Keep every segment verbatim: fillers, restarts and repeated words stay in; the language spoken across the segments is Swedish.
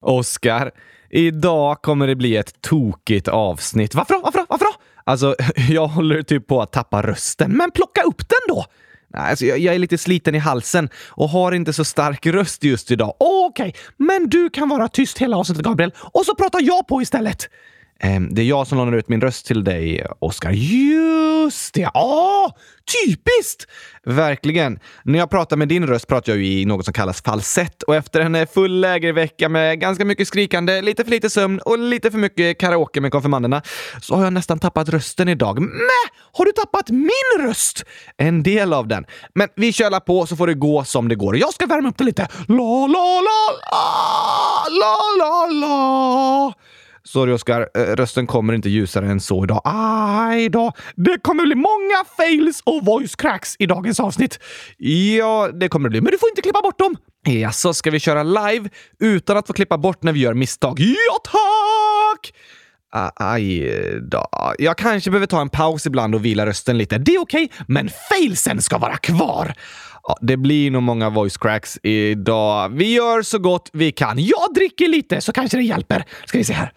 Oskar, idag kommer det bli ett tokigt avsnitt. Varför då? Varför då? Varför då? Alltså, jag håller typ på att tappa rösten. Men plocka upp den då! Nej, alltså, jag, jag är lite sliten i halsen och har inte så stark röst just idag. Okej, okay, men du kan vara tyst hela avsnittet, Gabriel. Och så pratar jag på istället. Det är jag som lånar ut min röst till dig, Oskar. Just det! Åh, typiskt! Verkligen. När jag pratar med din röst pratar jag ju i något som kallas falsett. Och efter en full lägervecka med ganska mycket skrikande, lite för lite sömn och lite för mycket karaoke med konfirmanderna så har jag nästan tappat rösten idag. Men har du tappat min röst? En del av den. Men vi kölar på så får det gå som det går. Jag ska värma upp det lite. La la la la la la la. Sorry Oskar, rösten kommer inte ljusare än så idag. Aj då, det kommer bli många fails och voice cracks i dagens avsnitt. Ja, det kommer det bli, men du får inte klippa bort dem. Ja, så ska vi köra live utan att få klippa bort när vi gör misstag. Ja, tack! Aj då. Jag kanske behöver ta en paus ibland och vila rösten lite. Det är okej, okay, men failsen ska vara kvar. Ja, det blir nog många voice cracks idag. Vi gör så gott vi kan. Jag dricker lite så kanske det hjälper. Ska vi se här.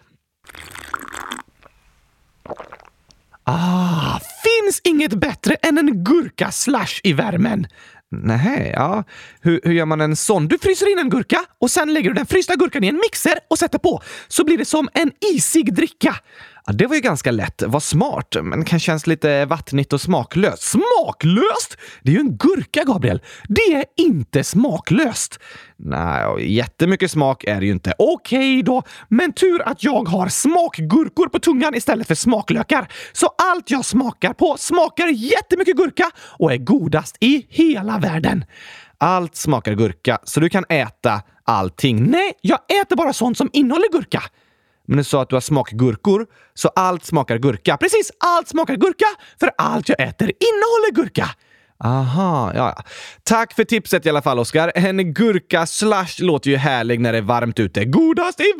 Ah, finns inget bättre än en gurka slash i värmen. Nej, ja. Hur, hur gör man en sån? Du fryser in en gurka och sen lägger du den frysta gurkan i en mixer och sätter på. Så blir det som en isig dricka. Ja, det var ju ganska lätt. Var smart, men kan kännas lite vattnigt och smaklöst. Smaklöst? Det är ju en gurka, Gabriel. Det är inte smaklöst. Nej, jättemycket smak är det ju inte. Okej då, men tur att jag har smakgurkor på tungan istället för smaklökar. Så allt jag smakar på smakar jättemycket gurka och är godast i hela världen. Allt smakar gurka, så du kan äta allting. Nej, jag äter bara sånt som innehåller gurka. Men du sa att du har smakgurkor, så allt smakar gurka. Precis, allt smakar gurka, för allt jag äter innehåller gurka. Aha, ja, ja. Tack för tipset i alla fall, Oskar. En gurka slash låter ju härlig när det är varmt ute. Godast i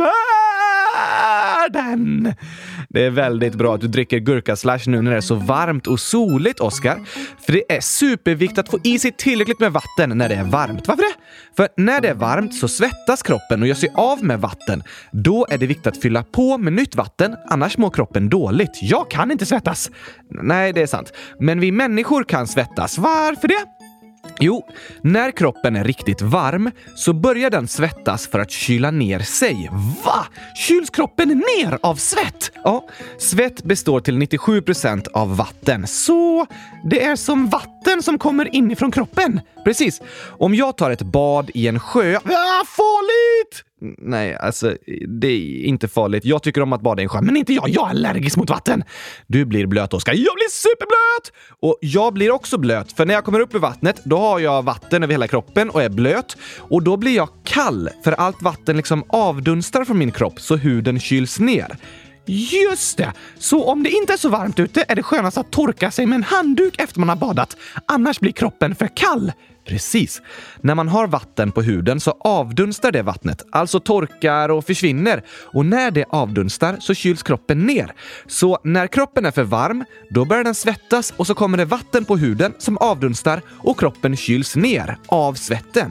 världen! Det är väldigt bra att du dricker gurka slash nu när det är så varmt och soligt, Oskar. För det är superviktigt att få i sig tillräckligt med vatten när det är varmt. Varför det? För när det är varmt så svettas kroppen och gör sig av med vatten. Då är det viktigt att fylla på med nytt vatten, annars mår kroppen dåligt. Jag kan inte svettas. Nej, det är sant. Men vi människor kan svettas. Varför det? Jo, när kroppen är riktigt varm så börjar den svettas för att kyla ner sig. Va? Kyls kroppen ner av svett? Ja, svett består till nittiosju procent av vatten. Så det är som vatten som kommer inifrån kroppen. Precis. Om jag tar ett bad i en sjö... Ah, farligt! Nej, alltså det är inte farligt. Jag tycker om att bada i en sjö, men inte jag. Jag är allergisk mot vatten. Du blir blöt, Oskar. Jag blir superblöt! Och jag blir också blöt, för när jag kommer upp i vattnet då har jag vatten över hela kroppen och är blöt. Och då blir jag kall, för allt vatten liksom avdunstar från min kropp så huden kyls ner. Just det! Så om det inte är så varmt ute är det skönast att torka sig med en handduk efter man har badat. Annars blir kroppen för kall. Precis. När man har vatten på huden så avdunstar det vattnet, alltså torkar och försvinner. Och när det avdunstar så kyls kroppen ner. Så när kroppen är för varm, då börjar den svettas och så kommer det vatten på huden som avdunstar och kroppen kyls ner av svetten.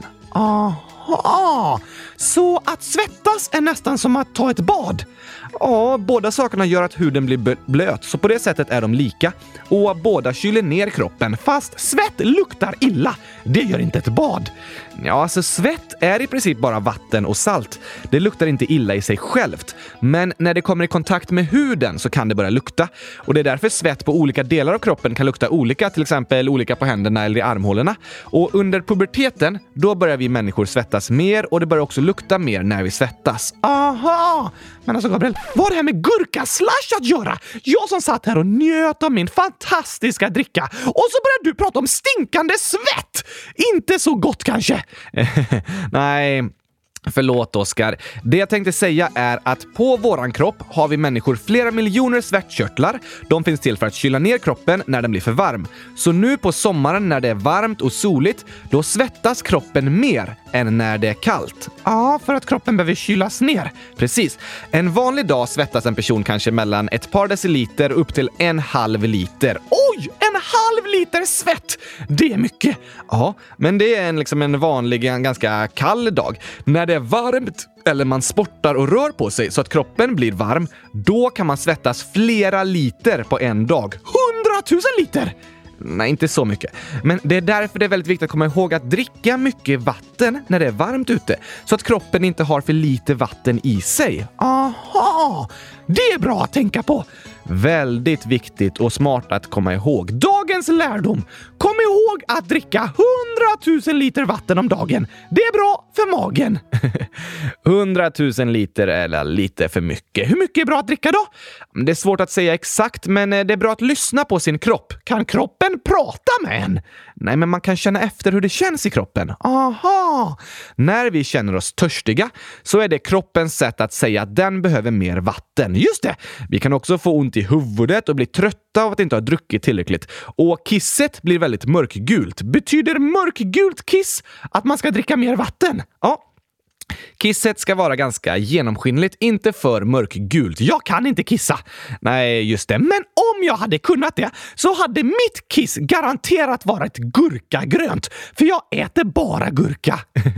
Aha! Så att svettas är nästan som att ta ett bad. Ja, båda sakerna gör att huden blir blöt, så på det sättet är de lika. Och båda kyler ner kroppen, fast svett luktar illa. Det gör inte ett bad. Ja, alltså svett är i princip bara vatten och salt. Det luktar inte illa i sig självt. Men när det kommer i kontakt med huden så kan det börja lukta. Och det är därför svett på olika delar av kroppen kan lukta olika, till exempel olika på händerna eller i armhålorna. Och under puberteten, då börjar vi människor svettas mer och det börjar också lukta mer när vi svettas. Aha! Men alltså Gabriel, vad har det här med gurka slash att göra? Jag som satt här och njöt av min fantastiska dricka. Och så börjar du prata om stinkande svett. Inte så gott kanske. Nej, förlåt Oskar. Det jag tänkte säga är att på våran kropp har vi människor flera miljoner svettkörtlar. De finns till för att kyla ner kroppen när den blir för varm. Så nu på sommaren när det är varmt och soligt, då svettas kroppen mer än när det är kallt. Ja, för att kroppen behöver kylas ner. Precis. En vanlig dag svettas en person kanske mellan ett par deciliter upp till en halv liter. Oj, en halv liter svett. Det är mycket. Ja, men det är en, liksom en vanlig, en ganska kall dag. När det är varmt eller man sportar och rör på sig så att kroppen blir varm, då kan man svettas flera liter på en dag. Hundratusen liter! Nej, inte så mycket. Men det är därför det är väldigt viktigt att komma ihåg att dricka mycket vatten när det är varmt ute. Så att kroppen inte har för lite vatten i sig. Aha! Det är bra att tänka på. Väldigt viktigt och smart att komma ihåg. Dagens lärdom. Kom ihåg att dricka hundratusen liter vatten om dagen. Det är bra för magen. hundratusen liter är lite för mycket. Hur mycket är bra att dricka då? Det är svårt att säga exakt, men det är bra att lyssna på sin kropp. Kan kroppen prata med en? Nej, men man kan känna efter hur det känns i kroppen. Aha! När vi känner oss törstiga så är det kroppens sätt att säga att den behöver mer vatten. Just det! Vi kan också få ont i huvudet och bli trötta av att inte ha druckit tillräckligt. Och kisset blir väldigt mörkgult. Betyder mörkgult kiss att man ska dricka mer vatten? Ja. Kisset ska vara ganska genomskinligt, inte för mörkgult. Jag kan inte kissa. Nej, just det. Men om jag hade kunnat det så hade mitt kiss garanterat varit gurkagrönt. För jag äter bara gurka.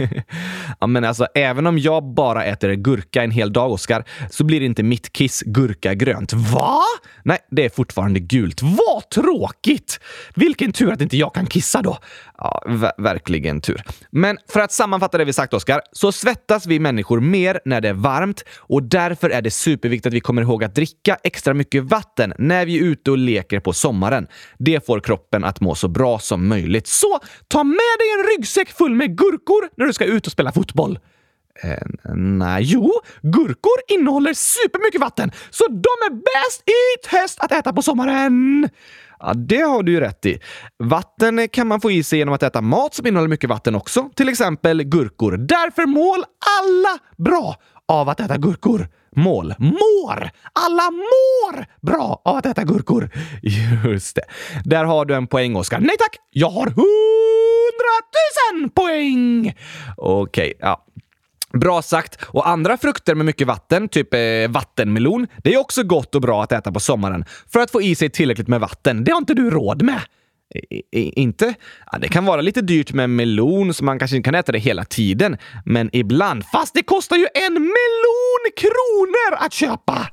Ja, men alltså, även om jag bara äter gurka en hel dag, Oskar, så blir inte mitt kiss gurkagrönt. Va? Nej, det är fortfarande gult. Vad tråkigt! Vilken tur att inte jag kan kissa då. Ja, ver- verkligen tur. Men för att sammanfatta det vi sagt, Oskar, så svettas vi människor mer när det är varmt och därför är det superviktigt att vi kommer ihåg att dricka extra mycket vatten när vi är ute och leker på sommaren. Det får kroppen att må så bra som möjligt. Så ta med dig en ryggsäck full med gurkor när du ska ut och spela fotboll. Eh, nej, jo, gurkor innehåller supermycket vatten, så de är bäst i test att äta på sommaren. Ja, det har du ju rätt i. Vatten kan man få i sig genom att äta mat som innehåller mycket vatten också. Till exempel gurkor. Därför mår alla bra av att äta gurkor. Mål. Mår! Alla mår bra av att äta gurkor. Just det. Där har du en poäng, Oskar. Nej tack! Jag har hundratusen poäng! Okej, okay, ja. Bra sagt. Och andra frukter med mycket vatten, typ eh, vattenmelon, det är också gott och bra att äta på sommaren för att få i sig tillräckligt med vatten. Det har inte du råd med. I, i, inte? Ja, det kan vara lite dyrt med melon så man kanske inte kan äta det hela tiden. Men ibland, fast det kostar ju en miljon kronor att köpa!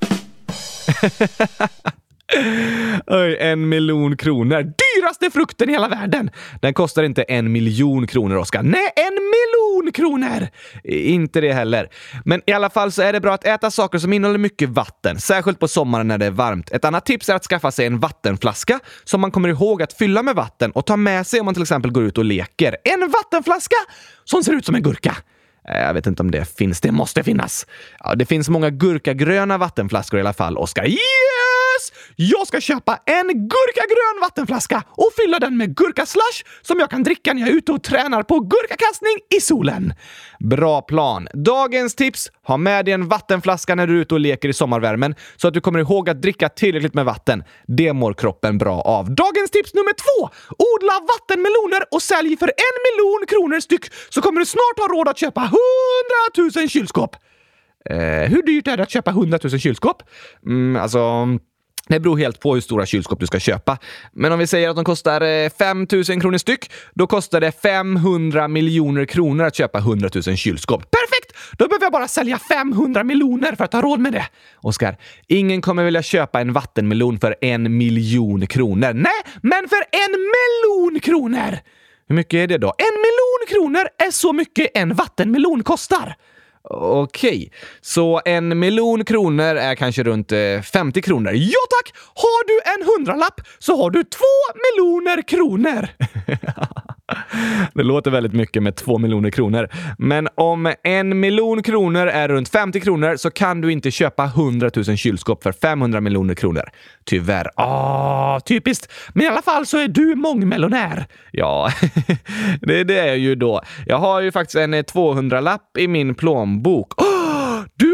Oj, en miljon kronor. Dyraste frukten i hela världen. Den kostar inte en miljon kronor, Oskar. Nej, en miljon kronor. Inte det heller. Men i alla fall så är det bra att äta saker som innehåller mycket vatten. Särskilt på sommaren när det är varmt. Ett annat tips är att skaffa sig en vattenflaska som man kommer ihåg att fylla med vatten och ta med sig om man till exempel går ut och leker. En vattenflaska som ser ut som en gurka. Jag vet inte om det finns. Det måste finnas. Ja, det finns många gurkagröna vattenflaskor i alla fall, Oskar. Yes! Jag ska köpa en gurkagrön vattenflaska och fylla den med gurkaslash som jag kan dricka när jag är ute och tränar på gurkakastning i solen. Bra plan. Dagens tips: ha med dig en vattenflaska när du är ute och leker i sommarvärmen så att du kommer ihåg att dricka tillräckligt med vatten. Det mår kroppen bra av. Dagens tips nummer två: odla vattenmeloner och sälj för en miljon kronor styck så kommer du snart ha råd att köpa hundratusen kylskåp. Eh, hur dyrt är det att köpa hundratusen kylskåp? Mm, alltså... Det beror helt på hur stora kylskåp du ska köpa. Men om vi säger att de kostar fem tusen kronor styck, då kostar det femhundra miljoner kronor att köpa hundratusen kylskåp. Perfekt! Då behöver jag bara sälja femhundra miljoner för att ha råd med det. Oskar, ingen kommer vilja köpa en vattenmelon för en miljon kronor. Nej, men för en miljon kronor! Hur mycket är det då? En miljon kronor är så mycket en vattenmelon kostar. Okej, så en miljon kronor är kanske runt eh, femtio kronor. Ja tack! Har du en hundralapp så har du två miljoner kronor. Det låter väldigt mycket med två miljoner kronor. Men om en miljon kronor är runt femtio kronor så kan du inte köpa hundratusen kylskåp för femhundra miljoner kronor. Tyvärr. Ah, typiskt. Men i alla fall så är du mångmiljonär. Ja, det, det är ju då. Jag har ju faktiskt en tvåhundralapp i min plånbok. Oh, du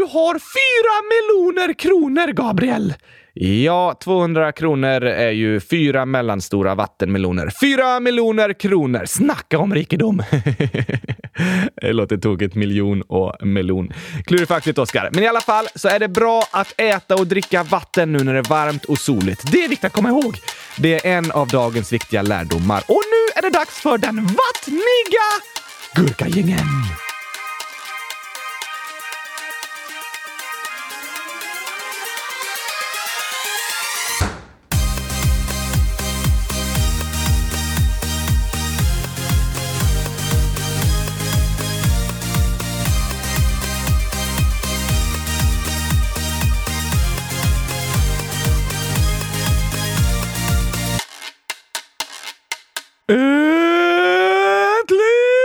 har fyra miljoner kronor, Gabriel? Ja, tvåhundra kronor är ju fyra mellanstora vattenmeloner. Fyra miljoner kronor. Snacka om rikedom. Det låter tokigt, miljon och melon. Klurifaktigt, Oskar. Men i alla fall så är det bra att äta och dricka vatten nu när det är varmt och soligt. Det är viktigt att komma ihåg. Det är en av dagens viktiga lärdomar. Och nu är det dags för den vattniga Gurkagängen. Äntligen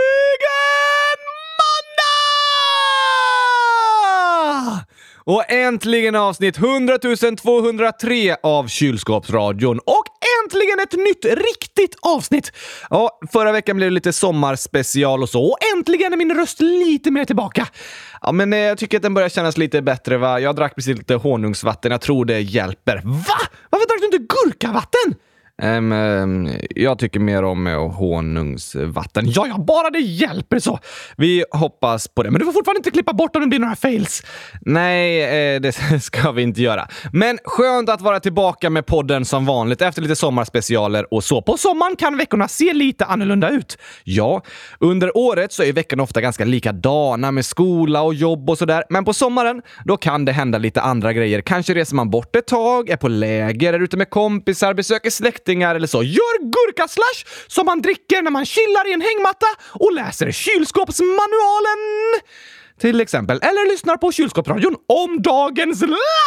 måndag! Och äntligen avsnitt hundratusen tvåhundratre av Kylskåpsradion. Och äntligen ett nytt riktigt avsnitt. Ja, förra veckan blev det lite sommarspecial och så. Och äntligen är min röst lite mer tillbaka. Ja, men jag tycker att den börjar kännas lite bättre, va? Jag drack precis lite honungsvatten. Jag tror det hjälper. Va? Varför drack du inte gurkavatten? Um, um, jag tycker mer om uh, honungsvatten. Ja, ja, bara det hjälper så. Vi hoppas på det. Men du får fortfarande inte klippa bort om det blir några fails. Nej, eh, det ska vi inte göra. Men skönt att vara tillbaka med podden som vanligt efter lite sommarspecialer och så. På sommaren kan veckorna se lite annorlunda ut. Ja, under året så är veckorna ofta ganska likadana med skola och jobb och sådär. Men på sommaren, då kan det hända lite andra grejer. Kanske reser man bort ett tag, är på läger, är ute med kompisar, besöker släkt eller så. Gör gurkaslash som man dricker när man chillar i en hängmatta och läser kylskåpsmanualen. Till exempel. Eller lyssnar på Kylskåpsradion om dagens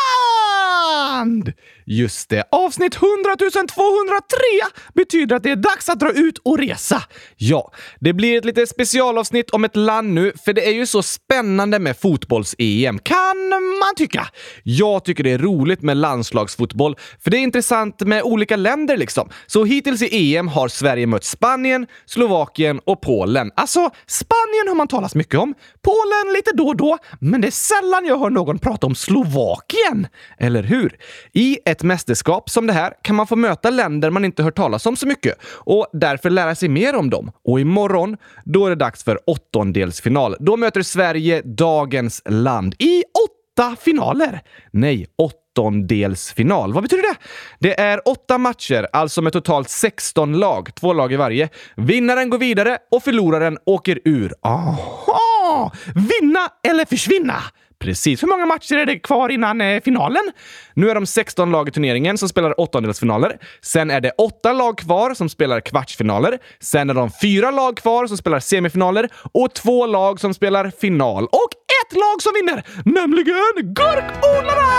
land. Just det. Avsnitt hundratusen tvåhundratre betyder att det är dags att dra ut och resa. Ja, det blir ett lite specialavsnitt om ett land nu, för det är ju så spännande med fotbolls-E M, kan man tycka. Jag tycker det är roligt med landslagsfotboll, för det är intressant med olika länder liksom. Så hittills i E M har Sverige mött Spanien, Slovakien och Polen. Alltså, Spanien har man talat mycket om, Polen lite då och då, men det är sällan jag hör någon prata om Slovakien. Eller hur? I ett mästerskap som det här kan man få möta länder man inte hört talas om så mycket och därför lära sig mer om dem. Och imorgon, då är det dags för åttondelsfinal. Då möter Sverige dagens land i åtta finaler. Nej, åttondelsfinal. Vad betyder det? Det är åtta matcher, alltså med totalt sexton lag, två lag i varje. Vinnaren går vidare och förloraren åker ur. Aha! Vinna eller försvinna? Precis. Hur många matcher är det kvar innan eh, finalen? Nu är de sexton lag i turneringen som spelar åttondelsfinaler. Sen är det åtta lag kvar som spelar kvartsfinaler. Sen är de fyra lag kvar som spelar semifinaler. Och två lag som spelar final. Och ett lag som vinner, nämligen Gurkodlarna!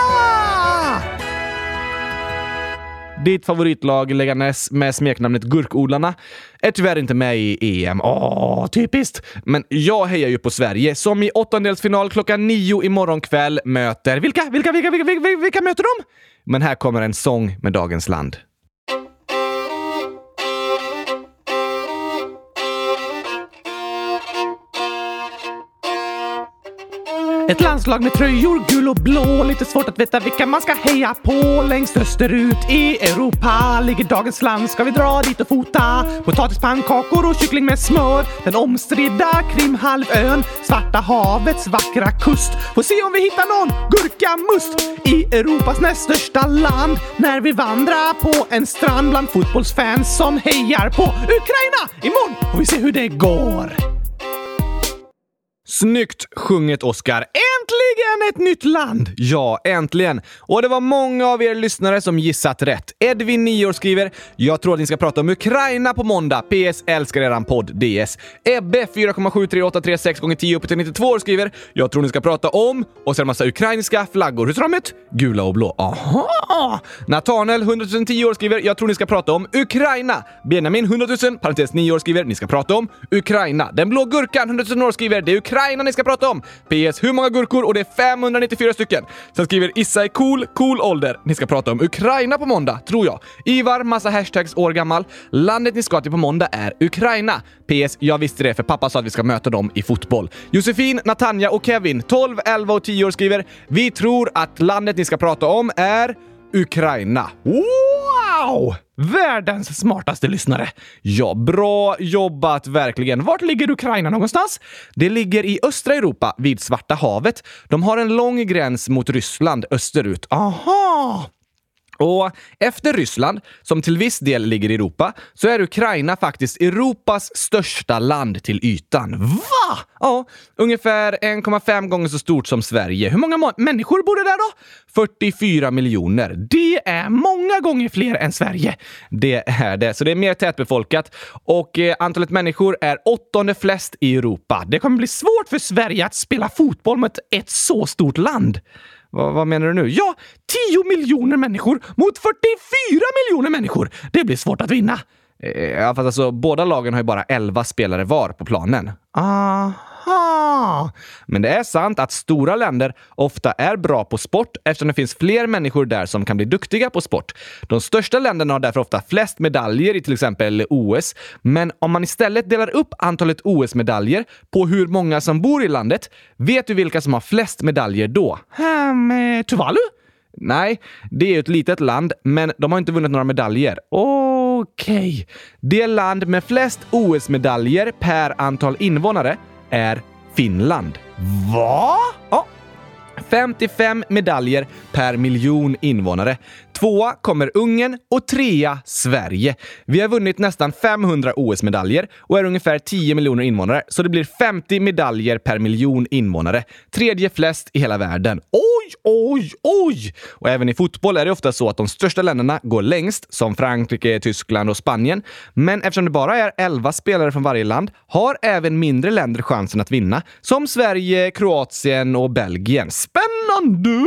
Ditt favoritlag Leganes med smeknamnet Gurkodlarna är tyvärr inte med i E M. Åh, typiskt. Men jag hejar ju på Sverige som i åttondelsfinal klockan nio imorgon kväll möter... Vilka? Vilka, vilka, vilka, vilka, vilka möter de? Men här kommer en sång med dagens land. Ett landslag med tröjor gul och blå. Lite svårt att veta vilka man ska heja på. Längst österut i Europa ligger dagens land. Ska vi dra dit och fota? Potatispannkakor och kyckling med smör. Den omstridda Krimhalvön. Svarta havets vackra kust. Får se om vi hittar någon gurkamust i Europas näst största land. När vi vandrar på en strand bland fotbollsfans som hejar på Ukraina. Imorgon får vi se hur det går. Snyggt sjunget, Oskar. Äntligen ett nytt land! Ja, äntligen. Och det var många av er lyssnare som gissat rätt. Edvin, nio år, skriver: jag tror att ni ska prata om Ukraina på måndag. P S, älskar eran podd. D S. Ebbe, fyra komma sju tre åtta tre sex gånger tio upp till nittiotvå år, skriver: jag tror ni ska prata om... Och sen en massa ukrainska flaggor. Hur ser de ut? Gula och blå. Aha! Nathanael, hundratusen tio år, skriver: jag tror ni ska prata om Ukraina. Benjamin, hundratusen, parentes nio år, skriver: ni ska prata om Ukraina. Den blå gurkan, hundratusen år, skriver: det är Ukraina. Ukraina ni ska prata om. P S hur många gurkor? Och det är femhundranittiofyra stycken. Sen skriver Issa är cool, cool ålder. Ni ska prata om Ukraina på måndag, tror jag. Ivar, massa hashtags, år gammal. Landet ni ska till på måndag är Ukraina. P S jag visste det för pappa sa att vi ska möta dem i fotboll. Josefin, Natanja och Kevin, tolv, elva och tio år skriver: vi tror att landet ni ska prata om är Ukraina. Wow! Världens smartaste lyssnare. Ja, bra jobbat verkligen. Vart ligger Ukraina någonstans? Det ligger i östra Europa vid Svarta havet. De har en lång gräns mot Ryssland österut. Aha! Och efter Ryssland, som till viss del ligger i Europa, så är Ukraina faktiskt Europas största land till ytan. Va? Ja, ungefär en komma fem gånger så stort som Sverige. Hur många må- människor bor det där då? fyrtiofyra miljoner. Det är många gånger fler än Sverige. Det är det, så det är mer tätbefolkat. Och eh, antalet människor är åttonde flest i Europa. Det kommer bli svårt för Sverige att spela fotboll mot ett så stort land. Vad, vad menar du nu? Ja, tio miljoner människor mot fyrtiofyra miljoner människor. Det blir svårt att vinna. Ja, fast alltså, båda lagen har ju bara elva spelare var på planen. Aha! Men det är sant att stora länder ofta är bra på sport eftersom det finns fler människor där som kan bli duktiga på sport. De största länderna har därför ofta flest medaljer i till exempel O S. Men om man istället delar upp antalet O S-medaljer på hur många som bor i landet, vet du vilka som har flest medaljer då? Hmm, Tuvalu? Nej, det är ju ett litet land, men de har inte vunnit några medaljer. Okej. Okay. Det land med flest O S-medaljer per antal invånare är Finland. Va? Ja. femtiofem medaljer per miljon invånare. Tvåa kommer Ungern och trea Sverige. Vi har vunnit nästan femhundra O S-medaljer och är ungefär tio miljoner invånare, så det blir femtio medaljer per miljon invånare. Tredje flest i hela världen. Oj, oj, oj! Och även i fotboll är det ofta så att de största länderna går längst, som Frankrike, Tyskland och Spanien. Men eftersom det bara är elva spelare från varje land har även mindre länder chansen att vinna, som Sverige, Kroatien och Belgien. Spännande!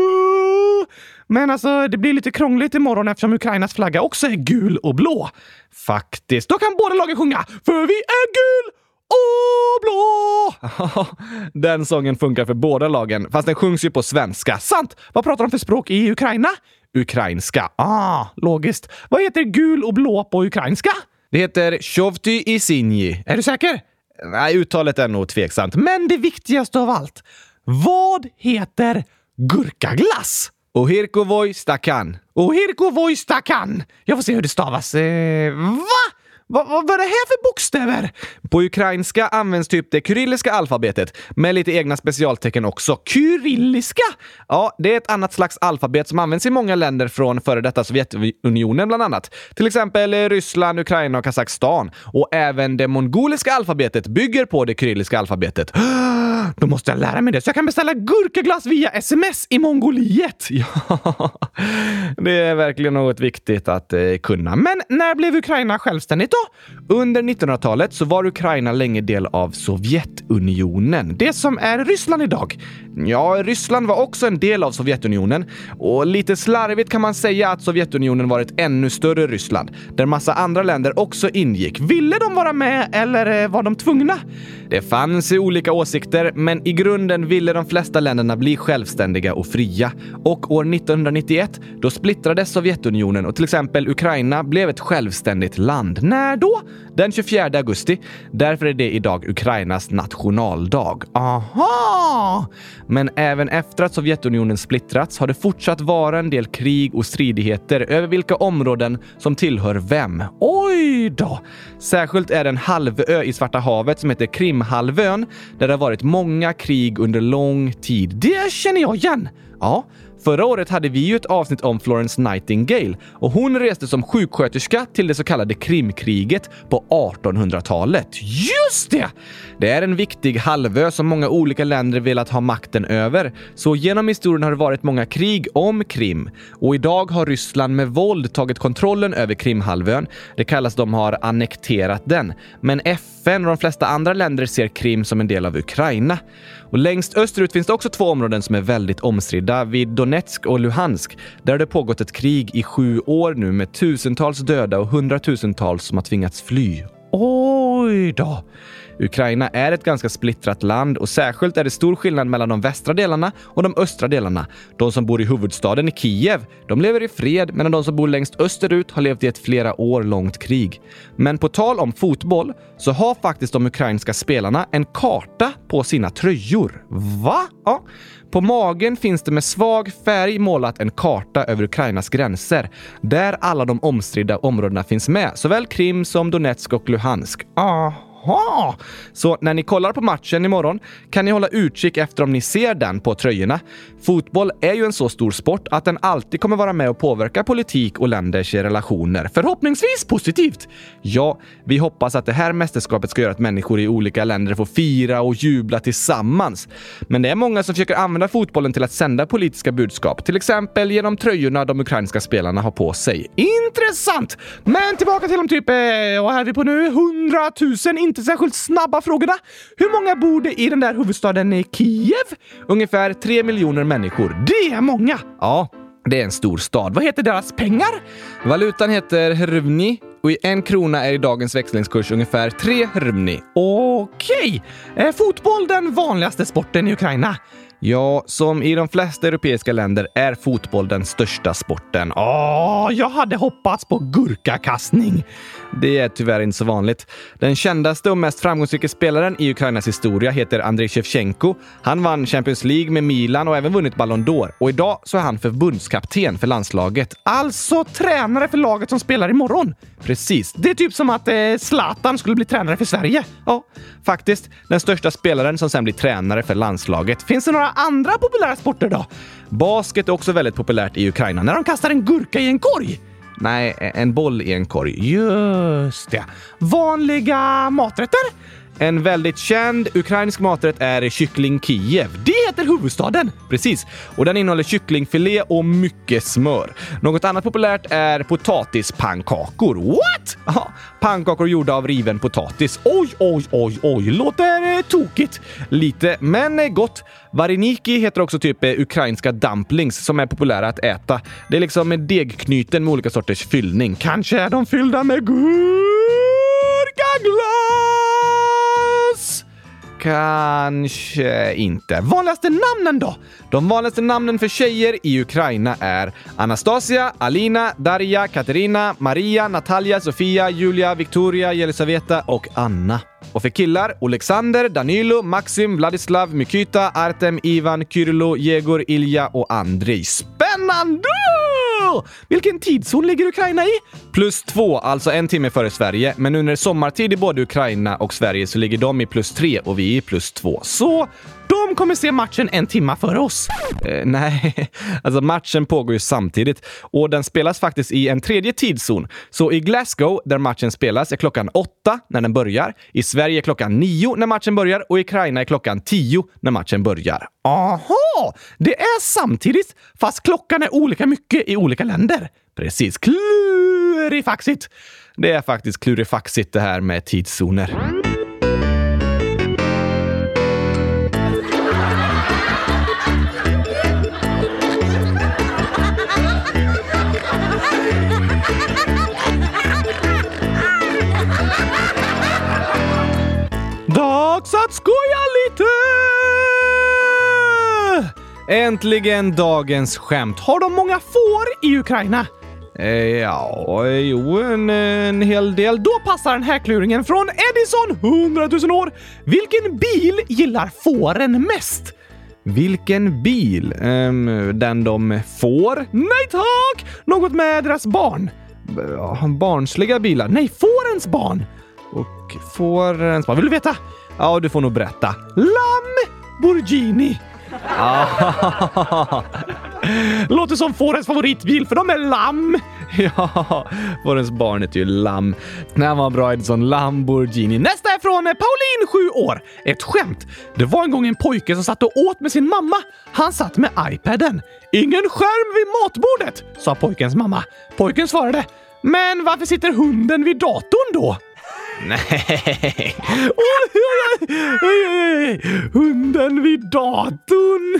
Men alltså, det blir lite krångligt imorgon eftersom Ukrainas flagga också är gul och blå. Faktiskt. Då kan båda lagen sjunga. För vi är gul och blå! Den sången funkar för båda lagen, fast den sjungs ju på svenska. Sant! Vad pratar de för språk i Ukraina? Ukrainska. Ah, logiskt. Vad heter gul och blå på ukrainska? Det heter Shovty i Sinji. Är du säker? Nej, uttalet är nog tveksamt. Men det viktigaste av allt. Vad heter gurkaglass? Ohirkovoj stakan. Ohirkovoj stakan. Jag får se hur det stavas. Eh, va? Va, vad är det här för bokstäver? På ukrainska används typ det kyrilliska alfabetet med lite egna specialtecken också. Kyrilliska? Ja, det är ett annat slags alfabet som används i många länder från före detta Sovjetunionen bland annat. Till exempel Ryssland, Ukraina och Kazakstan. Och även det mongoliska alfabetet bygger på det kyrilliska alfabetet. Då måste jag lära mig det så jag kan beställa gurkaglass via sms i Mongoliet. Ja, det är verkligen något viktigt att eh, kunna. Men när blev Ukraina självständigt då? Under nittonhundratalet så var Ukraina länge del av Sovjetunionen. Det som är Ryssland idag. Ja, Ryssland var också en del av Sovjetunionen. Och lite slarvigt kan man säga att Sovjetunionen var ett ännu större Ryssland. Där massa andra länder också ingick. Ville de vara med eller var de tvungna? Det fanns olika åsikter, men i grunden ville de flesta länderna bli självständiga och fria. Och år nittonhundranittioett, då splittrades Sovjetunionen och till exempel Ukraina blev ett självständigt land. När då? Den tjugofjärde augusti. Därför är det idag Ukrainas nationaldag. Aha! Men även efter att Sovjetunionen splittrats har det fortsatt vara en del krig och stridigheter över vilka områden som tillhör vem. Oj då! Särskilt är det en halvö i Svarta havet som heter Krimhalvön där det har varit många krig under lång tid. Det känner jag igen! Ja, förra året hade vi ju ett avsnitt om Florence Nightingale och hon reste som sjuksköterska till det så kallade Krimkriget på artonhundratalet. Just det! Det är en viktig halvö som många olika länder velat ha makten över. Så genom historien har det varit många krig om Krim. Och idag har Ryssland med våld tagit kontrollen över Krimhalvön. Det kallas de har annekterat den. Men F N och de flesta andra länder ser Krim som en del av Ukraina. Och längst österut finns det också två områden som är väldigt omstridda, vid Donetsk och Luhansk. Där har det pågått ett krig i sju år nu med tusentals döda och hundratusentals som har tvingats fly. Oj då! Ukraina är ett ganska splittrat land och särskilt är det stor skillnad mellan de västra delarna och de östra delarna. De som bor i huvudstaden i Kiev, de lever i fred medan de som bor längst österut har levt i ett flera år långt krig. Men på tal om fotboll så har faktiskt de ukrainska spelarna en karta på sina tröjor. Va? Ja. På magen finns det med svag färg målat en karta över Ukrainas gränser, där alla de omstridda områdena finns med, såväl Krim som Donetsk och Luhansk. Aha! Så när ni kollar på matchen imorgon kan ni hålla utkik efter om ni ser den på tröjorna. Fotboll är ju en så stor sport att den alltid kommer vara med och påverka politik och länders relationer. Förhoppningsvis positivt! Ja, vi hoppas att det här mästerskapet ska göra att människor i olika länder får fira och jubla tillsammans. Men det är många som försöker använda fotbollen till att sända politiska budskap, till exempel genom tröjorna de ukrainska spelarna har på sig. Intressant! Men tillbaka till de typ, eh, vad är vi på nu? hundratusen inte särskilt snabba frågorna. Hur många bor det i den där huvudstaden i Kiev? Ungefär tre miljoner människor. Det är många! Ja, det är en stor stad. Vad heter deras pengar? Valutan heter hrvni och i en krona är i dagens växlingskurs ungefär tre hrvni. Okej! Är fotboll den vanligaste sporten i Ukraina? Ja, som i de flesta europeiska länder är fotboll den största sporten. Åh, jag hade hoppats på gurkakastning. Det är tyvärr inte så vanligt. Den kändaste och mest framgångsrika spelaren i Ukrainas historia heter Andrei Shevchenko. Han vann Champions League med Milan och även vunnit Ballon d'Or. Och idag så är han förbundskapten för landslaget. Alltså tränare för laget som spelar imorgon. Precis. Det är typ som att eh, Zlatan skulle bli tränare för Sverige. Ja, faktiskt. Den största spelaren som sen blir tränare för landslaget. Finns det några andra populära sporter då? Basket är också väldigt populärt i Ukraina när de kastar en gurka i en korg. Nej, en boll i en korg. Just det. Vanliga maträtter? En väldigt känd ukrainsk maträtt är kyckling Kiev. Det heter huvudstaden. Precis. Och den innehåller kycklingfilé och mycket smör. Något annat populärt är potatispannkakor. What? Aha, pannkakor gjorda av riven potatis. Oj, oj, oj, oj. Låter eh, tokigt. Lite, men eh, gott. Vareniki heter också typ eh, ukrainska dumplings som är populära att äta. Det är liksom en degknyten med olika sorters fyllning. Kanske är de fyllda med gurkaglas? Kanske inte. Vanligaste namnen då? De vanligaste namnen för tjejer i Ukraina är Anastasia, Alina, Darja, Katerina, Maria, Natalia, Sofia, Julia, Victoria, Jelisaveta och Anna. Och för killar, Alexander, Danilo, Maxim, Vladislav, Mykyta, Artem, Ivan, Kyrylo, Jegor, Ilja och Andrei. Spännande! Vilken tidszon ligger Ukraina i? Plus två, alltså en timme före Sverige. Men nu när det är sommartid i både Ukraina och Sverige så ligger de i plus tre och vi i plus två. Så de kommer se matchen en timme före oss. Eh, nej, alltså matchen pågår ju samtidigt. Och den spelas faktiskt i en tredje tidszon. Så i Glasgow, där matchen spelas, är klockan åtta när den börjar. I Sverige är klockan nio när matchen börjar. Och i Ukraina är klockan tio när matchen börjar. Aha! Det är samtidigt, fast klockan är olika mycket i olika länder. Precis, klurifaxigt. Det är faktiskt klurifaxigt det här med tidszoner. Dags att skoja lite! Äntligen dagens skämt. Har de många får i Ukraina? Eh, ja, jo, en, en hel del. Då passar den här kluringen från Edison, hundratusen år. Vilken bil gillar fåren mest? Vilken bil? Um, den de får? Nej tack! Något med deras barn. Barnsliga bilar? Nej, fårens barn. Och fårens barn. Vill du veta? Ja, du får nog berätta. Lamborghini. Låter som fårens favoritbil för de är lamm. Ja, fårens barn heter ju lamm. Den var bra, Edson. Lamborghini. Nästa är från Pauline, sju år. Ett skämt. Det var en gång en pojke som satt och åt med sin mamma. Han satt med iPaden. Ingen skärm vid matbordet, sa pojkens mamma. Pojken svarade: men varför sitter hunden vid datorn då? Nej. Hunden vid datorn.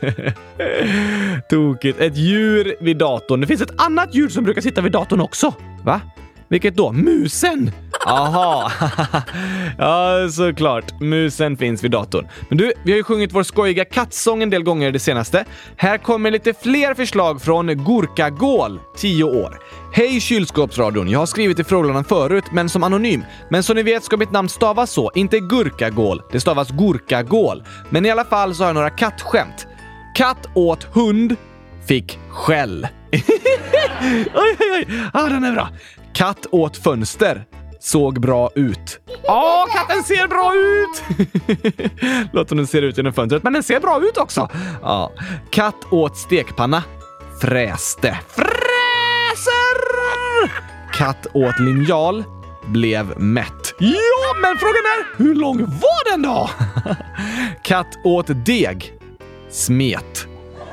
Tokigt. Ett djur vid datorn. Det finns ett annat djur som brukar sitta vid datorn också. Va? Vilket då? Musen. Aha. Ja, såklart. Musen finns vid datorn. Men du, vi har ju sjungit vår skojiga kattsång en del gånger det senaste. Här kommer lite fler förslag från Gurkagål, tio år. Hej kylskåpsradion, jag har skrivit i frågan förut men som anonym. Men som ni vet ska mitt namn stavas så, inte Gurkagål. Det stavas Gurkagål. Men i alla fall så har jag några kattskämt. Katt åt hund, fick skäll. Oj, oj, oj. Ah, den är bra. Katt åt fönster, såg bra ut. Åh, katten ser bra ut! Låt hon ser ut genom fönstret, men den ser bra ut också. Ja. Katt åt stekpanna, fräste. Fräser! Katt åt linjal, blev mätt. Ja, men frågan är, hur lång var den då? Katt åt deg, smet.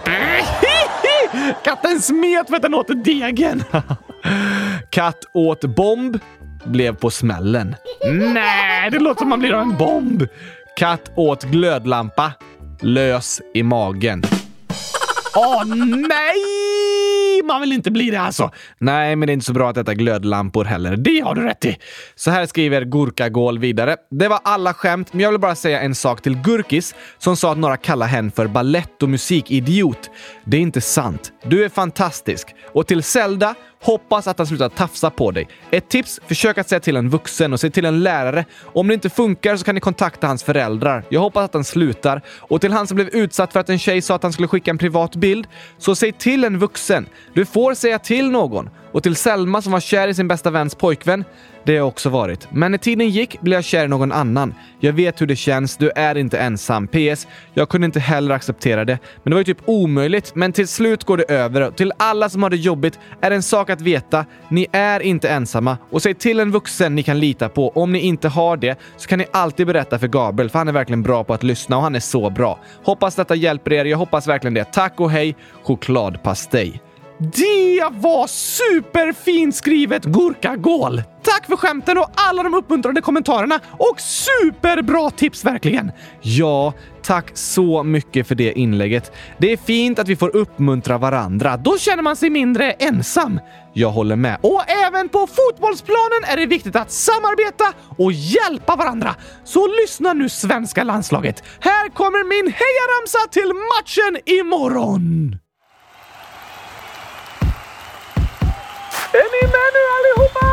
Katten smet för att den åt degen. Katt åt bomb, blev på smällen. Nej, det låter som man blir av en bomb. Katt åt glödlampa, lös i magen. Åh nej! Man vill inte bli det alltså. Nej, men det är inte så bra att äta glödlampor heller. Det har du rätt i. Så här skriver Gurkagål vidare. Det var alla skämt, men jag vill bara säga en sak till Gurkis som sa att några kallar hen för ballett- och musikidiot. Det är inte sant. Du är fantastisk. Och till Zelda, hoppas att han slutar tafsa på dig. Ett tips, försök att säga till en vuxen och säg till en lärare. Om det inte funkar så kan ni kontakta hans föräldrar. Jag hoppas att han slutar. Och till han som blev utsatt för att en tjej sa att han skulle skicka en privat bild, så säg till en vuxen. Du får säga till någon. Och till Selma som var kär i sin bästa väns pojkvän, det har jag också varit. Men när tiden gick blev jag kär i någon annan. Jag vet hur det känns, du är inte ensam. P S, jag kunde inte heller acceptera det. Men det var ju typ omöjligt, men till slut går det över. Till alla som har det jobbigt är en sak att veta, ni är inte ensamma. Och säg till en vuxen ni kan lita på. Om ni inte har det så kan ni alltid berätta för Gabriel, för han är verkligen bra på att lyssna och han är så bra. Hoppas detta hjälper er, jag hoppas verkligen det. Tack och hej, chokladpastej. Det var superfint skrivet, Gurkagål. Tack för skämten och alla de uppmuntrande kommentarerna. Och superbra tips verkligen. Ja, tack så mycket för det inlägget. Det är fint att vi får uppmuntra varandra. Då känner man sig mindre ensam. Jag håller med. Och även på fotbollsplanen är det viktigt att samarbeta och hjälpa varandra. Så lyssna nu svenska landslaget. Här kommer min hejaramsa till matchen imorgon. Är ni med nu allihopa?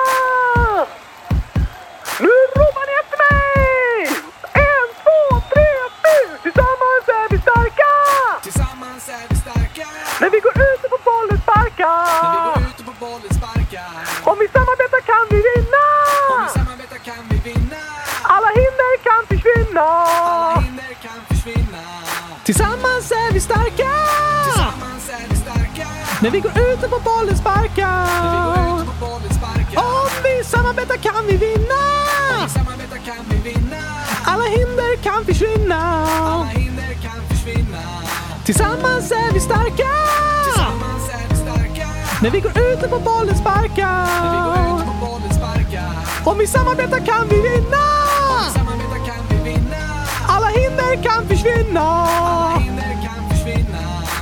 Nu ropar ni efter mig! En, två, tre, fyra! Tillsammans är vi starka! Tillsammans är vi starka! När vi går ut och på bollen sparkar! När vi går ut och på bollen sparkar! Om vi samarbetar kan vi vinna! Om vi samarbetar kan vi vinna! Alla hinder kan försvinna! Alla hinder kan försvinna! Tillsammans är vi starka! Tillsammans är vi starka! När vi går ut och på bollen sparkar! När vi går ut och på bollen sparkar! Om vi samarbetar kan vi vinna! Om vi samarbetar kan vi vinna! Alla hinder kan försvinna! Alla hinder kan försvinna! Tillsammans är vi starka! Tillsammans är vi starka! När vi går ut och på bollen sparkar! När vi går ut och på bollen sparkar! Om vi samarbetar kan vi vinna! Om vi samarbetar kan vi vinna! Alla hinder kan försvinna! Alla hinder kan försvinna!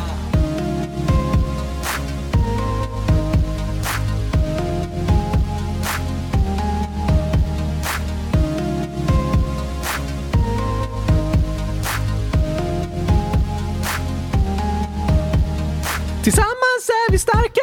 Tillsammans är vi starka!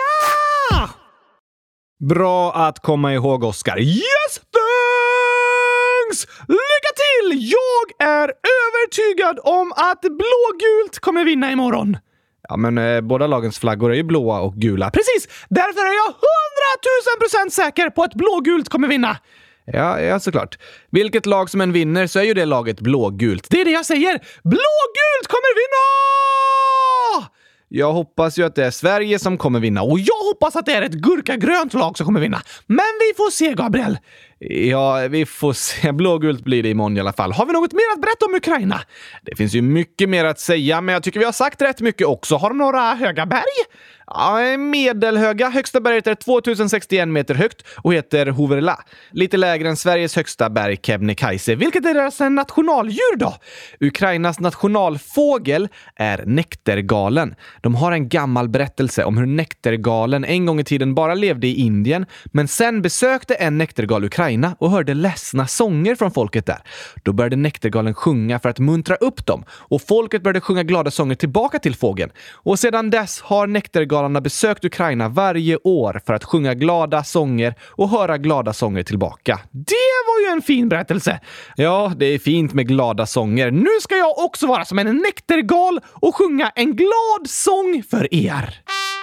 Bra att komma ihåg, Oscar. Yes, thanks! Lycka till! Jag är övertygad om att blågult kommer vinna imorgon. Ja, men eh, båda lagens flaggor är ju blåa och gula. Precis! Därför är jag hundratusen procent säker på att blågult kommer vinna. Ja, ja, såklart. Vilket lag som än vinner så är ju det laget blågult. Det är det jag säger! Blågult kommer vinna! Jag hoppas ju att det är Sverige som kommer vinna. Och jag hoppas att det är ett gurkagrönt lag som kommer vinna. Men vi får se, Gabriel. Ja, vi får se. Blågult blir det imorgon i alla fall. Har vi något mer att berätta om Ukraina? Det finns ju mycket mer att säga, men jag tycker vi har sagt rätt mycket också. Har de några höga berg? Ja, medelhöga. Högsta berget är tvåtusensextioen meter högt och heter Hoverla. Lite lägre än Sveriges högsta berg Kebnekaise. Vilket är deras nationaldjur då? Ukrainas nationalfågel är näktergalen. De har en gammal berättelse om hur näktergalen en gång i tiden bara levde i Indien, men sen besökte en näktergal Ukraina och hörde ledsna sånger från folket där. Då började näktergalen sjunga för att muntra upp dem och folket började sjunga glada sånger tillbaka till fågeln. Och sedan dess har näktergalarna besökt Ukraina varje år för att sjunga glada sånger och höra glada sånger tillbaka. Det var ju en fin berättelse! Ja, det är fint med glada sånger. Nu ska jag också vara som en näktergal och sjunga en glad sång för er.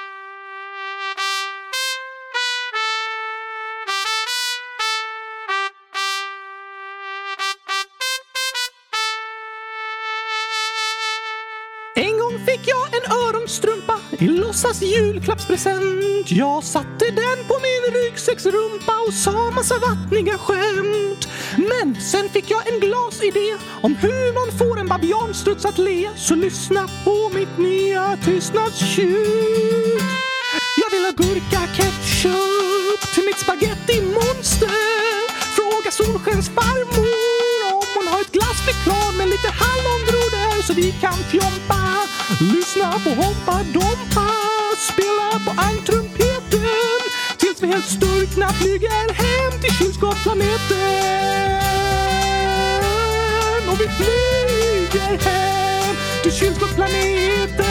En gång fick jag en öronstrumpa i låtsas julklappspresent. Jag satte den på min ryggsäcksrumpa och sa massa vattniga skämt. Men sen fick jag en glasidé om hur man får en babianstruts att le. Så lyssna på mitt nya tystnadstjut. Jag vill ha gurka ketchup till mitt spaghetti-monster. Fråga Solskens farmor om hon har ett glassflygplan med lite hallongrodor så vi kan fjompa. Lyssna på Hoppa Dompa, spela på ankrumpeten tills vi helt sturkna flyger hem till kylskåpsplaneten. Och vi flyger hem till kylskåpsplaneten.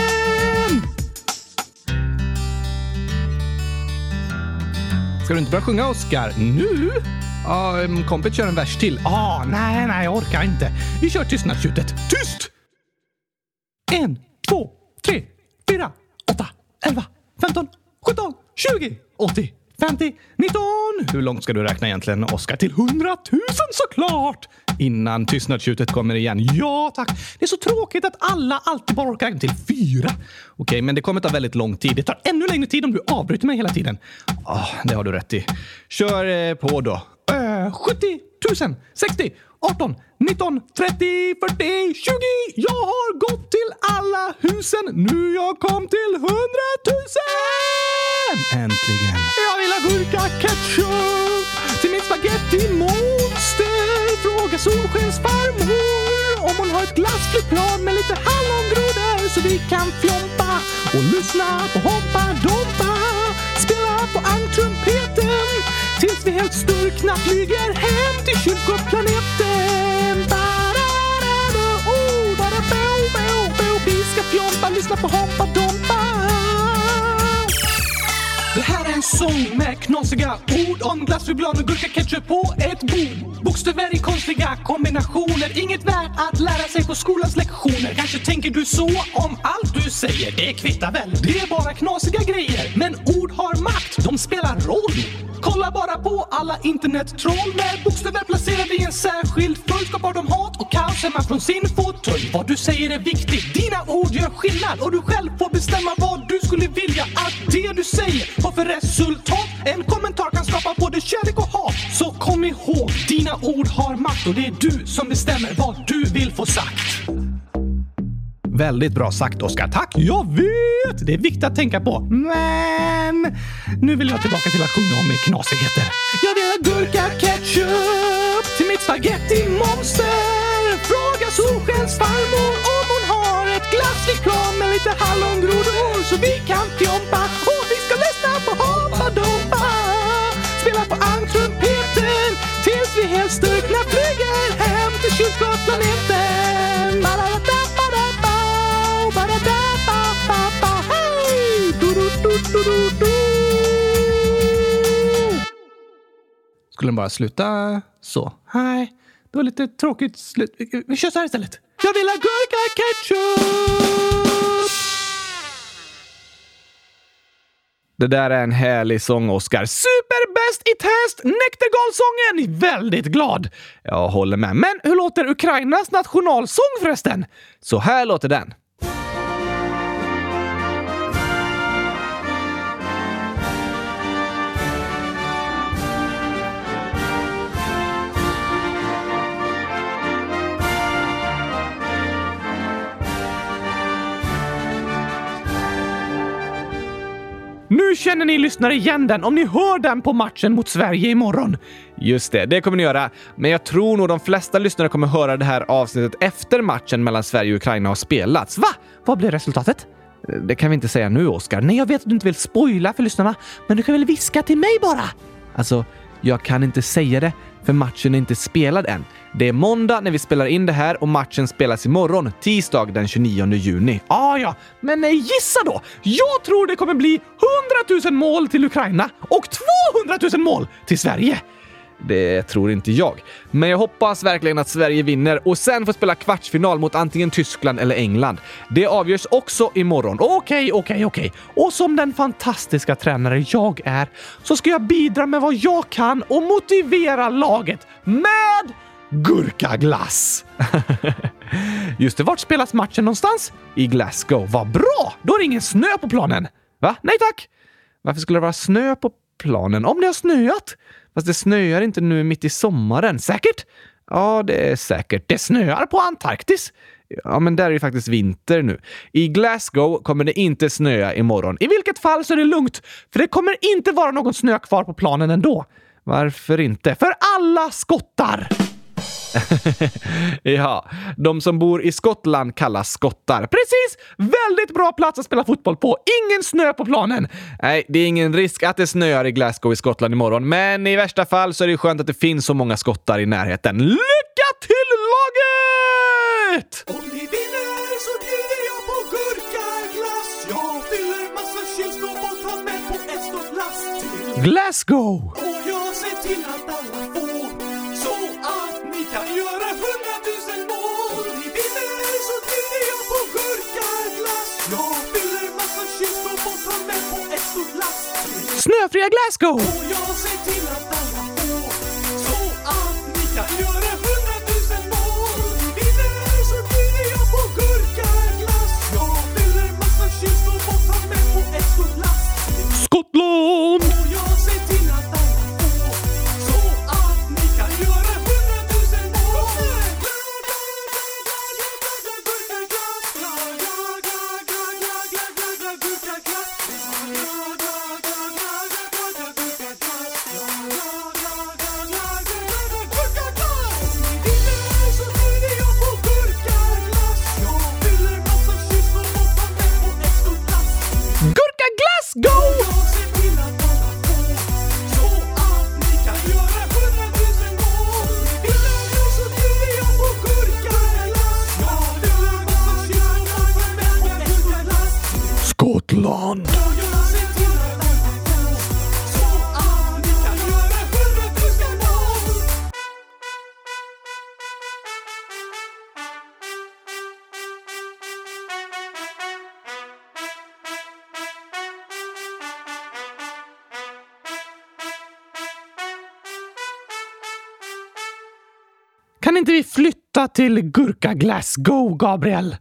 Ska du inte börja sjunga, Oscar? Nu? Ja, um, kompet kör en vers till. Ah, nej, nej, jag orkar inte. Vi kör tystnadstjutet. Tyst! En, två, tre, fyra, åtta, elva, femton, sjutton, tjugo, åttio, femtio, nitton. Hur långt ska du räkna egentligen, Oscar? Till hundratusen såklart! Innan tystnadstjutet kommer igen. Ja, tack. Det är så tråkigt att alla alltid bara orkar räkna till fyra. Okej, men det kommer ta väldigt lång tid. Det tar ännu längre tid om du avbryter mig hela tiden. Ah, det har du rätt i. Kör eh, på då. Uh, sjuttio tusen, sextio, arton, nitton, trettio, fyrtio, tjugo. Jag har gått till alla husen. Nu jag kom till hundratusen. Äntligen. Jag vill ha gurka ketchup till min spaghetti-monster. Fråga Solskens farmor om hon har ett glassflygplan med lite hallongrodor så vi kan fjompa. Och lyssna på Hoppa Dompa, spela på ankrumpeten tills vi helt sturkna flyger hem till kylskåpsplaneten. Oh, bara bo, bo, bo. Vi ska fjompa, lyssna på Hoppa Dompa. Det här är en sång med knasiga ord om glassflygplan och gurka ketchup på ett bord. Bokstäver i konstiga kombinationer, inget värt att lära sig på skolans lektioner. Kanske tänker du så om allt du säger, det kvittar väl, det är bara knasiga grejer. Men ord har makt, de spelar roll. Kolla bara på alla internettroll med bokstäver placerade i en särskild följd. Skapar de hat och kaos hemma från sin fåtölj. Vad du säger är viktigt, dina ord gör skillnad och du själv får bestämma vad du skulle vilja att det du säger har för resultat. En kommentar kan skapa både kärlek och hat. Så kom ihåg, dina ord har makt och det är du som bestämmer vad du vill få sagt. Väldigt bra sagt, Oscar. Tack, jag vet! Det är viktigt att tänka på. Men nu vill jag tillbaka till att sjunga om knasigheter. Jag vill ha gurka ketchup till mitt spaghetti-monster. Fråga Solskens farmor om hon har ett glassflygplan med lite hallongrodor så vi kan fjompa. Och vi ska lyssna på Hoppa Dompa, spela på ankrumpeten tills vi helt sturkna flyger hem till kylskåpsplaneten. Skulle den bara sluta så? Nej, det var lite tråkigt slut. Vi kör så här istället. Jag vill ha gurka ketchup! Det där är en härlig sång, Oscar. Superbäst i test! Näktergalsången! Väldigt glad. Jag håller med. Men hur låter Ukrainas nationalsång förresten? Så här låter den. Nu känner ni lyssnare igen den om ni hör den på matchen mot Sverige imorgon. Just det, det kommer ni göra. Men jag tror nog de flesta lyssnare kommer höra det här avsnittet efter matchen mellan Sverige och Ukraina har spelats. Va? Vad blir resultatet? Det kan vi inte säga nu, Oskar. Nej, jag vet att du inte vill spoila för lyssnarna, men du kan väl viska till mig bara? Alltså, jag kan inte säga det, för matchen är inte spelad än. Det är måndag när vi spelar in det här och matchen spelas imorgon, tisdag den tjugonionde juni. Ah, ja, men nej, gissa då! Jag tror det kommer bli hundratusen mål till Ukraina och tvåhundratusen mål till Sverige. Det tror inte jag. Men jag hoppas verkligen att Sverige vinner och sen får spela kvartsfinal mot antingen Tyskland eller England. Det avgörs också imorgon. Okej, okej, okej. Och som den fantastiska tränare jag är så ska jag bidra med vad jag kan och motivera laget med gurkaglass. Just det, vart spelas matchen någonstans? I Glasgow. Vad bra! Då är det ingen snö på planen. Va? Nej tack! Varför skulle det vara snö på planen om det har snöat? Fast det snöar inte nu mitt i sommaren. Säkert? Ja, det är säkert. Det snöar på Antarktis. Ja, men där är det faktiskt vinter nu. I Glasgow kommer det inte snöa imorgon. I vilket fall så är det lugnt. För det kommer inte vara någon snö kvar på planen ändå. Varför inte? För alla skottar! Ja, de som bor i Skottland kallas skottar. Precis! Väldigt bra plats att spela fotboll på. Ingen snö på planen. Nej, det är ingen risk att det snöar i Glasgow i Skottland imorgon. Men i värsta fall så är det skönt att det finns så många skottar i närheten. Lycka till laget! Om ni vinner så bjuder jag på gurkaglass. Jag fyller massa kylskåp och tar med på ett stort last till Glasgow! Och jag ser till att alla får, så att ni kan göra hundratusen mål. Om ni vinner så bjuder jag på gurkaglass. Jag fyller massa kylskåp och tar med på ett stort last till Snöfria Glasgow! Och jag ser till att alla får, så att ni kan göra hundratusen mål. Om ni vinner så bjuder jag på gurkaglass. Jag fyller massa kylskåp och tar med på ett stort last till Skottland! Och jag ser till att alla får, så att ni kan göra hundratusen mål. Gurkaglass, go! Jag ser till att alla får, så att ni kan göra hundratusen mål. Vinner så bjuder jag på gurkaglass. Jag fyller massa kylskåp och tar med på ett stort last. Skottland! Och jag ser till att alla får, så att ni kan göra hundratusen mål. Kan inte vi flytta till Gurka Glasgow, Gabriel?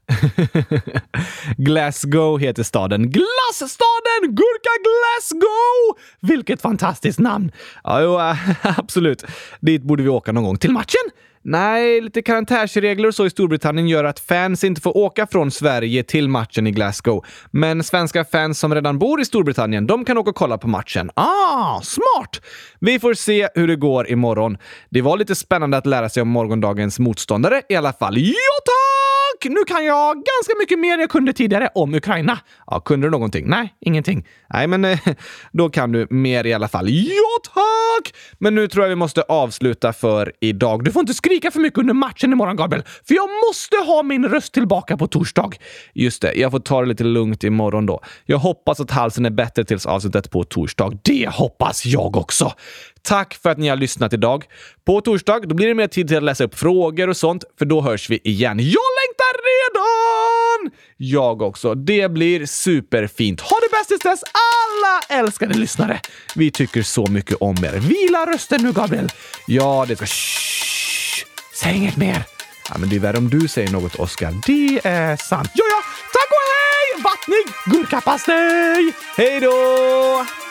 Glasgow heter staden. Glassstaden Gurka Glasgow! Vilket fantastiskt namn. Ja, jo, absolut. Dit borde vi åka någon gång. Till matchen? Nej, lite karantänsregler och så i Storbritannien gör att fans inte får åka från Sverige till matchen i Glasgow. Men svenska fans som redan bor i Storbritannien, de kan åka och kolla på matchen. Ah, smart! Vi får se hur det går imorgon. Det var lite spännande att lära sig om morgondagens motståndare i alla fall. Ja, tack! Nu kan jag ganska mycket mer än jag kunde tidigare om Ukraina. Ja, kunde du någonting? Nej, ingenting. Nej, men eh, då kan du mer i alla fall. Ja, tack! Men nu tror jag vi måste avsluta för idag. Du får inte skrika för mycket under matchen imorgon, Gabriel. För jag måste ha min röst tillbaka på torsdag. Just det, jag får ta det lite lugnt imorgon då. Jag hoppas att halsen är bättre tills avslutet på torsdag. Det hoppas jag också. Tack för att ni har lyssnat idag. På torsdag då blir det mer tid till att läsa upp frågor och sånt, för då hörs vi igen. Jag längtar redan! Jag också. Det blir superfint. Ha det bäst tills dess, alla älskade lyssnare. Vi tycker så mycket om er. Vila rösten nu, Gabriel. Ja, det ska... Shh. Säg inget mer. Ja, men det är värre om du säger något, Oskar. Det är sant. Ja, ja. Tack och hej! Vattnig gurkapastej! Hej då!